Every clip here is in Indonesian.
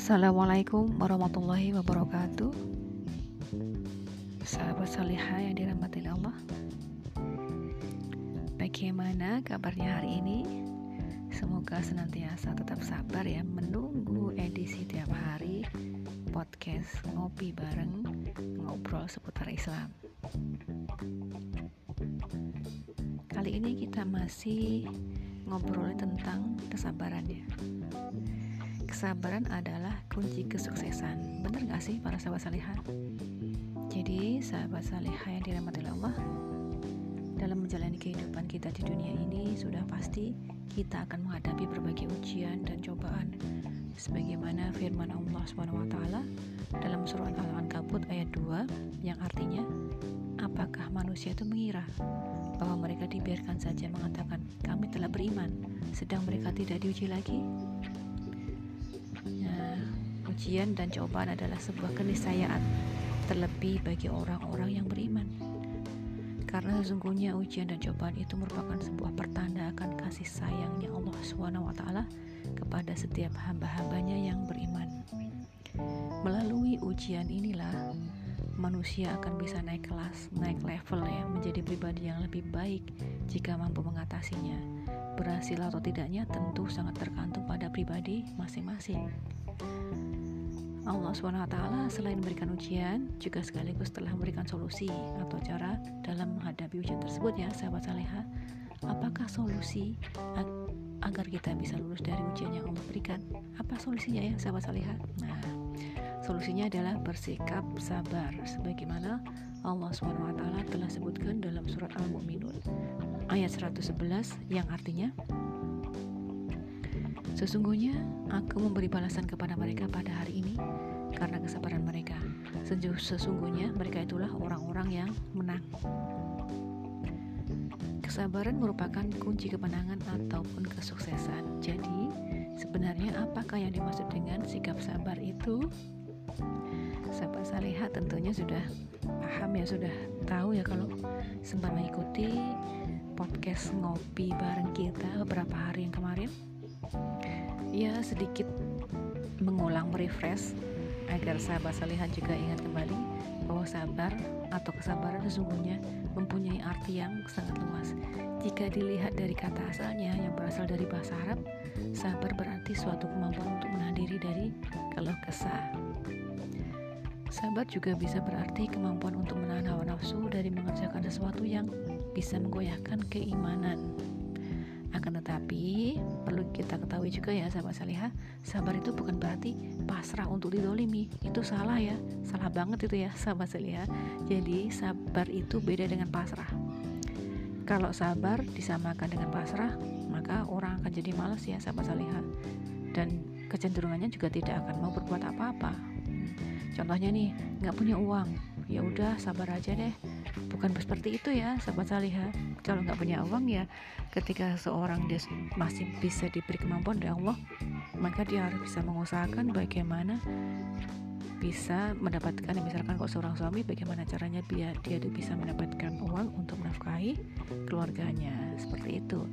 Assalamualaikum warahmatullahi wabarakatuh. Sahabat salihah yang dirahmati Allah, bagaimana kabarnya hari ini? Semoga senantiasa tetap sabar ya menunggu edisi tiap hari podcast ngopi bareng, ngobrol seputar Islam. Kali ini kita masih ngobrolin tentang kesabaran ya. Kesabaran adalah kunci kesuksesan. Benar gak sih para sahabat salihah? Jadi sahabat salihah yang dirahmati Allah, dalam menjalani kehidupan kita di dunia ini sudah pasti kita akan menghadapi berbagai ujian dan cobaan. Sebagaimana firman Allah SWT dalam surah Al-Ankabut ayat 2 yang artinya, apakah manusia itu mengira bahwa mereka dibiarkan saja mengatakan kami telah beriman, sedang mereka tidak diuji lagi? Ujian dan cobaan adalah sebuah keniscayaan, terlebih bagi orang-orang yang beriman. Karena sesungguhnya ujian dan cobaan itu merupakan sebuah pertanda akan kasih sayangnya Allah SWT kepada setiap hamba-hambanya yang beriman. Melalui ujian inilah manusia akan bisa naik kelas, naik level ya, menjadi pribadi yang lebih baik jika mampu mengatasinya. Berhasil atau tidaknya tentu sangat tergantung pada pribadi masing-masing. Allah SWT selain memberikan ujian juga sekaligus telah memberikan solusi atau cara dalam menghadapi ujian tersebut ya sahabat salihah. Apakah solusi agar kita bisa lulus dari ujian yang Allah berikan? Apa solusinya ya sahabat salihah? Nah, solusinya adalah bersikap sabar sebagaimana Allah SWT telah sebutkan dalam surat Al-Mu'minun ayat 111 yang artinya, sesungguhnya aku memberi balasan kepada mereka pada hari ini karena kesabaran mereka. Sesungguhnya mereka itulah orang-orang yang menang. Kesabaran merupakan kunci kemenangan ataupun kesuksesan. Jadi sebenarnya apakah yang dimaksud dengan sikap sabar itu? Sahabat salihah tentunya sudah paham ya, sudah tahu ya kalau sempat mengikuti podcast ngopi bareng kita beberapa hari yang kemarin. Ya, sedikit mengulang, merefresh agar sahabat salihah juga ingat kembali bahwa sabar atau kesabaran sesungguhnya mempunyai arti yang sangat luas. Jika dilihat dari kata asalnya yang berasal dari bahasa Arab, sabar berarti suatu kemampuan untuk menahan diri dari keluh kesah. Sabar juga bisa berarti kemampuan untuk menahan hawa nafsu dari mengerjakan sesuatu yang bisa menggoyahkan keimanan. Akan tetapi perlu kita ketahui juga ya sahabat salihah, sabar itu bukan berarti pasrah untuk didolimi. Itu salah ya, salah banget itu ya sahabat salihah. Jadi sabar itu beda dengan pasrah. Kalau sabar disamakan dengan pasrah, maka orang akan jadi malas ya sahabat salihah, dan kecenderungannya juga tidak akan mau berbuat apa-apa. Contohnya nih, nggak punya uang, ya udah sabar aja deh. Bukan seperti itu ya sahabat salihah. Kalau nggak punya uang ya, ketika seorang dia masih bisa diberi kemampuan dari Allah, maka dia harus bisa mengusahakan bagaimana bisa mendapatkan, misalkan kalau seorang suami, bagaimana caranya dia bisa mendapatkan uang untuk menafkahi keluarganya, seperti itu.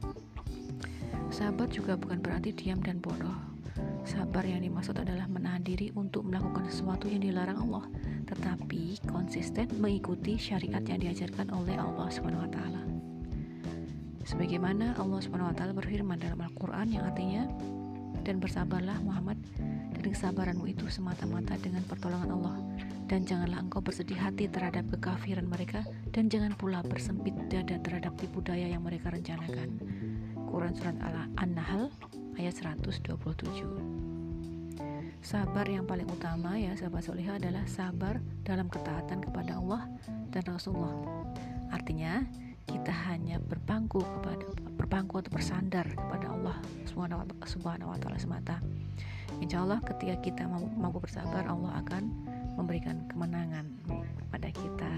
Sabar juga bukan berarti diam dan bodoh. Sabar yang dimaksud adalah menahan diri untuk melakukan sesuatu yang dilarang Allah, tetapi konsisten mengikuti syariat yang diajarkan oleh Allah SWT. Sebagaimana Allah SWT berfirman dalam Al-Quran yang artinya, dan bersabarlah Muhammad, dan kesabaranmu itu semata-mata dengan pertolongan Allah, dan janganlah engkau bersedih hati terhadap kekafiran mereka, dan jangan pula bersempit dada terhadap tipu daya yang mereka rencanakan. Quran Surat An-Nahl ayat 127. Sabar yang paling utama ya sahabat salihah adalah sabar dalam ketaatan kepada Allah dan Rasulullah. Artinya kita hanya berpangku atau bersandar kepada Allah Subhanahu wa Ta'ala semata. Insya Allah ketika kita mampu bersabar, Allah akan memberikan kemenangan pada kita.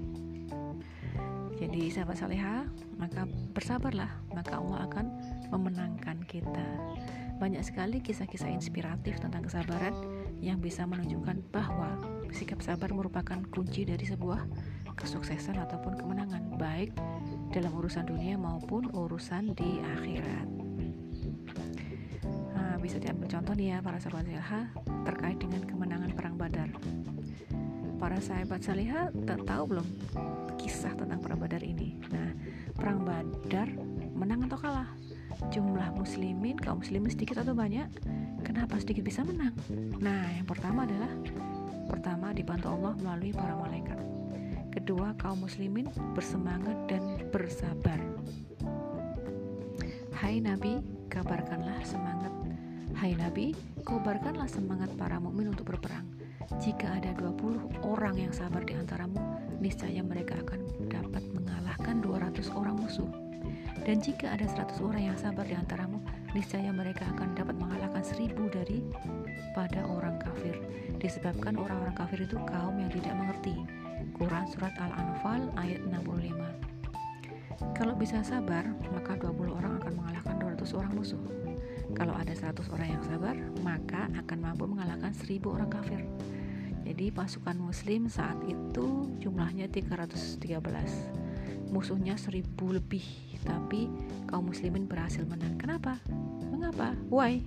Jadi sahabat salihah, maka bersabarlah, maka Allah akan memenangkan kita. Banyak sekali kisah-kisah inspiratif tentang kesabaran yang bisa menunjukkan bahwa sikap sabar merupakan kunci dari sebuah kesuksesan ataupun kemenangan, baik dalam urusan dunia maupun urusan di akhirat. bisa diambil contoh nih ya para sahabat salihah terkait dengan kemenangan perang Badar. Para sahabat salihah tahu belum kisah tentang perang Badar ini? Nah, perang Badar menang atau kalah? Jumlah muslimin, kaum muslimin sedikit atau banyak? Kenapa sedikit bisa menang? Nah, yang pertama dibantu Allah melalui para malaikat. Kedua, kaum muslimin bersemangat dan bersabar. Hai Nabi, kabarkanlah semangat. Hai Nabi, kabarkanlah semangat para mukmin untuk berperang. Jika ada 20 orang yang sabar di antaramu, niscaya mereka akan dapat mengalahkan 200 orang musuh. Dan jika ada 100 orang yang sabar di antaramu, niscaya mereka akan dapat mengalahkan 1000 daripada orang kafir. Disebabkan orang-orang kafir itu kaum yang tidak mengerti. Quran Surat Al-Anfal ayat 65. Kalau bisa sabar, maka 20 orang akan mengalahkan 200 orang musuh. Kalau ada 100 orang yang sabar, maka akan mampu mengalahkan 1000 orang kafir. Jadi pasukan muslim saat itu jumlahnya 313. Musuhnya 1000 lebih, tapi kaum muslimin berhasil menang. Kenapa? Mengapa? Why?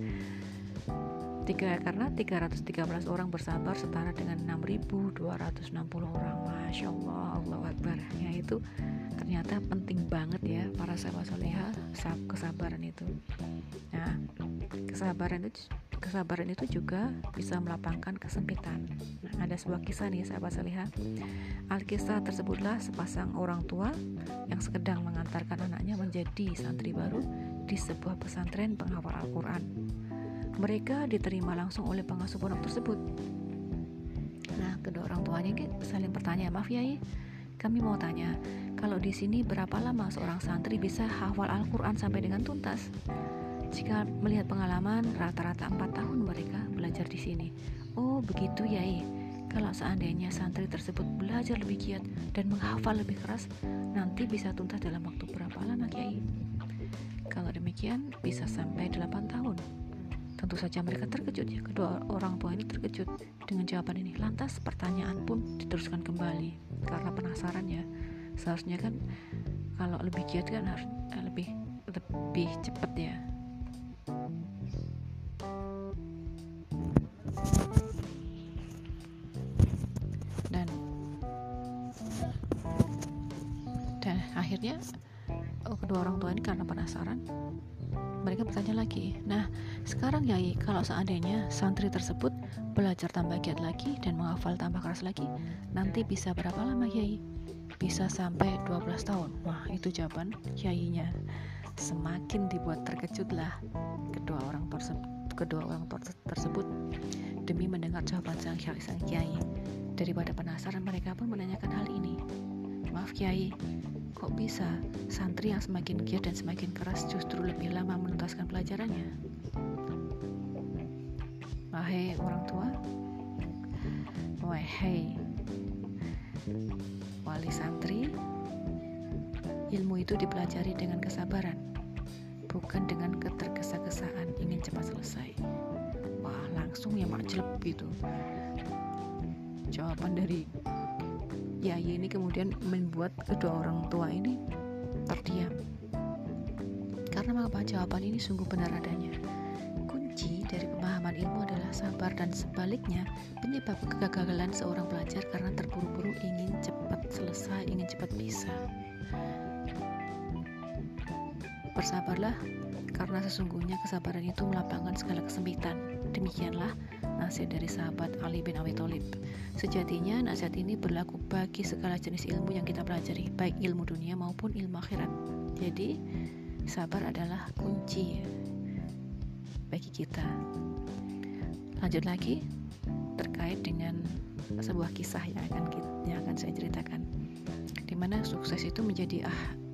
Karena 313 orang bersabar setara dengan 6.260 orang. Masya Allah, Allahu Akbar. Ya itu ternyata penting banget ya para sahabat salihah, kesabaran itu. Nah, kesabaran itu juga bisa melapangkan kesempitan. Nah, ada sebuah kisah nih sahabat salihah. Alkisah tersebutlah sepasang orang tua yang sedang mengantarkan anaknya menjadi santri baru di sebuah pesantren penghafal Al-Quran. Mereka diterima langsung oleh pengasuh pondok tersebut. Nah, kedua orang tuanya saling bertanya, maaf Yai, kami mau tanya, kalau di sini berapa lama seorang santri bisa hafal Al-Quran sampai dengan tuntas? Jika melihat pengalaman, rata-rata 4 tahun mereka belajar di sini. Oh, begitu Yai. Kalau seandainya santri tersebut belajar lebih giat dan menghafal lebih keras, nanti bisa tuntas dalam waktu berapa lama Yai? Kalau demikian, bisa sampai 8 tahun. Tentu saja mereka terkejut ya, kedua orang tua ini terkejut dengan jawaban ini. Lantas pertanyaan pun diteruskan kembali karena penasaran ya. Seharusnya kan kalau lebih giat kan harus lebih cepat ya. Dan akhirnya kedua orang tua ini karena penasaran, mereka bertanya lagi. Nah, sekarang Yai, kalau seandainya santri tersebut belajar tambah giat lagi dan menghafal tambah keras lagi, nanti bisa berapa lama Yai? Bisa sampai 12 tahun. Wah, itu jawaban Yainya. Semakin dibuat terkejutlah kedua orang tersebut demi mendengar jawaban sang Kiai. Daripada penasaran, mereka pun menanyakan hal ini. Maaf Kiai, kok bisa santri yang semakin giat dan semakin keras justru lebih lama menuntaskan pelajarannya? Wahai orang tua, wahai wali santri, ilmu itu dipelajari dengan kesabaran, bukan dengan ketergesa-gesaan ingin cepat selesai. Wah, langsung ya makjeleb gitu. Jawaban dari Yai ini kemudian membuat kedua orang tua ini terdiam. Karena mengapa jawaban ini sungguh benar adanya. Kunci dari pemahaman ilmu adalah sabar, dan sebaliknya penyebab kegagalan seorang pelajar karena terburu-buru ingin cepat selesai, ingin cepat bisa. Bersabarlah, karena sesungguhnya kesabaran itu melapangkan segala kesempitan. Demikianlah nasihat dari sahabat Ali bin Abi Thalib. Sejatinya nasihat ini berlaku bagi segala jenis ilmu yang kita pelajari, baik ilmu dunia maupun ilmu akhirat. Jadi sabar adalah kunci bagi kita. Lanjut lagi terkait dengan sebuah kisah yang akan saya ceritakan, di mana sukses itu menjadi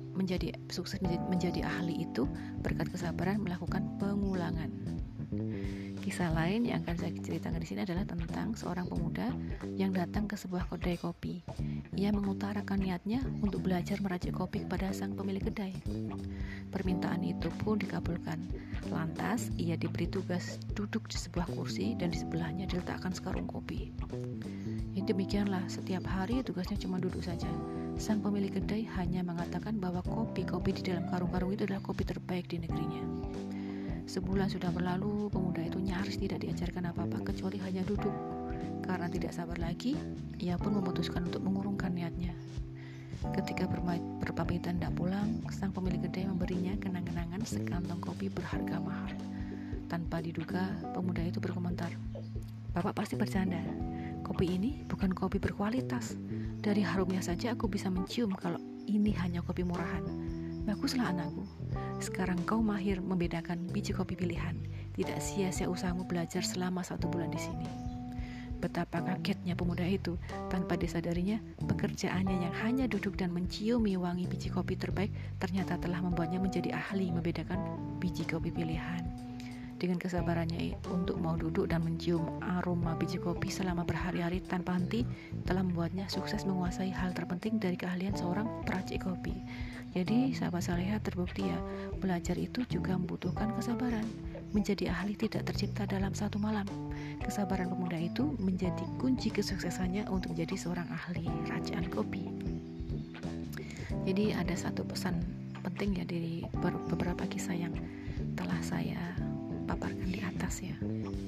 ahli itu berkat kesabaran melakukan pengulangan. Kisah lain yang akan saya ceritakan di sini adalah tentang seorang pemuda yang datang ke sebuah kedai kopi. Ia mengutarakan niatnya untuk belajar meracik kopi kepada sang pemilik kedai. Permintaan itu pun dikabulkan. Lantas ia diberi tugas duduk di sebuah kursi dan di sebelahnya diletakkan sekarung kopi. Demikianlah, setiap hari tugasnya cuma duduk saja. Sang pemilik kedai hanya mengatakan bahwa kopi di dalam karung-karung itu adalah kopi terbaik di negerinya. Sebulan sudah berlalu, pemuda itu nyaris tidak diajarkan apa-apa kecuali hanya duduk. Karena tidak sabar lagi, ia pun memutuskan untuk mengurungkan niatnya. Ketika berpamitan tidak pulang, sang pemilik kedai memberinya kenang-kenangan sekantong kopi berharga mahal. Tanpa diduga, pemuda itu berkomentar, "Bapak pasti bercanda. Kopi ini bukan kopi berkualitas. Dari harumnya saja aku bisa mencium kalau ini hanya kopi murahan. Baguslah anakku. Sekarang kau mahir membedakan biji kopi pilihan. Tidak sia-sia usahamu belajar selama 1 bulan di sini." Betapa kagetnya pemuda itu. Tanpa disadarinya, pekerjaannya yang hanya duduk dan menciumi wangi biji kopi terbaik ternyata telah membuatnya menjadi ahli membedakan biji kopi pilihan. Dengan kesabarannya untuk mau duduk dan mencium aroma biji kopi selama berhari-hari tanpa henti telah membuatnya sukses menguasai hal terpenting dari keahlian seorang peracik kopi. Jadi sahabat saleha, terbukti ya, belajar itu juga membutuhkan kesabaran. Menjadi ahli tidak tercipta dalam 1 malam. Kesabaran pemuda itu menjadi kunci kesuksesannya untuk menjadi seorang ahli racikan kopi. Jadi ada satu pesan penting ya dari beberapa kisah yang telah saya paparkan di atas ya.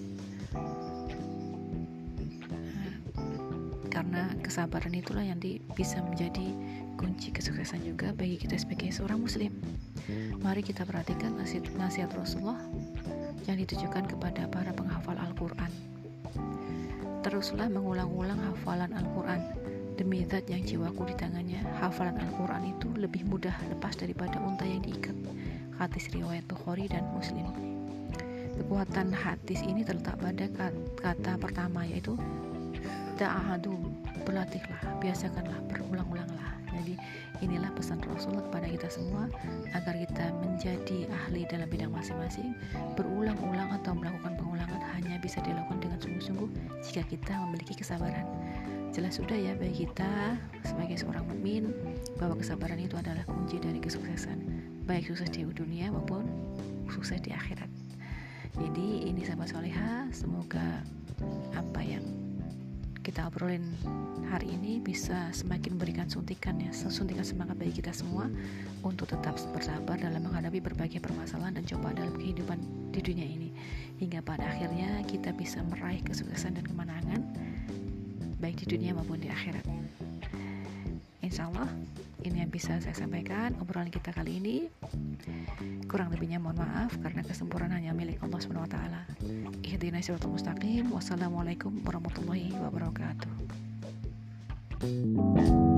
Karena kesabaran itulah yang bisa menjadi kunci kesuksesan juga bagi kita sebagai seorang muslim. Mari kita perhatikan nasihat Rasulullah yang ditujukan kepada para penghafal Al-Quran. Teruslah mengulang-ulang hafalan Al-Quran. Demi zat yang jiwaku di tangannya, hafalan Al-Quran itu lebih mudah lepas daripada unta yang diikat. Hadis riwayat Bukhari dan Muslim. Kekuatan hadis ini terletak pada kata pertama, yaitu ta'ahadu, berlatihlah, biasakanlah, berulang-ulanglah. Jadi inilah pesan Rasul kepada kita semua agar kita menjadi ahli dalam bidang masing-masing. Berulang-ulang atau melakukan pengulangan hanya bisa dilakukan dengan sungguh-sungguh jika kita memiliki kesabaran. Jelas sudah ya bagi kita sebagai seorang mukmin bahwa kesabaran itu adalah kunci dari kesuksesan, baik sukses di dunia maupun sukses di akhirat. Jadi ini sahabat soleha, semoga apa yang kita obrolin hari ini bisa semakin memberikan suntikan semangat bagi kita semua untuk tetap bersabar dalam menghadapi berbagai permasalahan dan cobaan dalam kehidupan di dunia ini, hingga pada akhirnya kita bisa meraih kesuksesan dan kemenangan baik di dunia maupun di akhirat. Insya Allah ini yang bisa saya sampaikan obrolan kita kali ini. Kurang lebihnya mohon maaf karena kesempurnaan hanya milik Allah SWT. Ihdinas siratal mustaqim. Wassalamualaikum warahmatullahi wabarakatuh.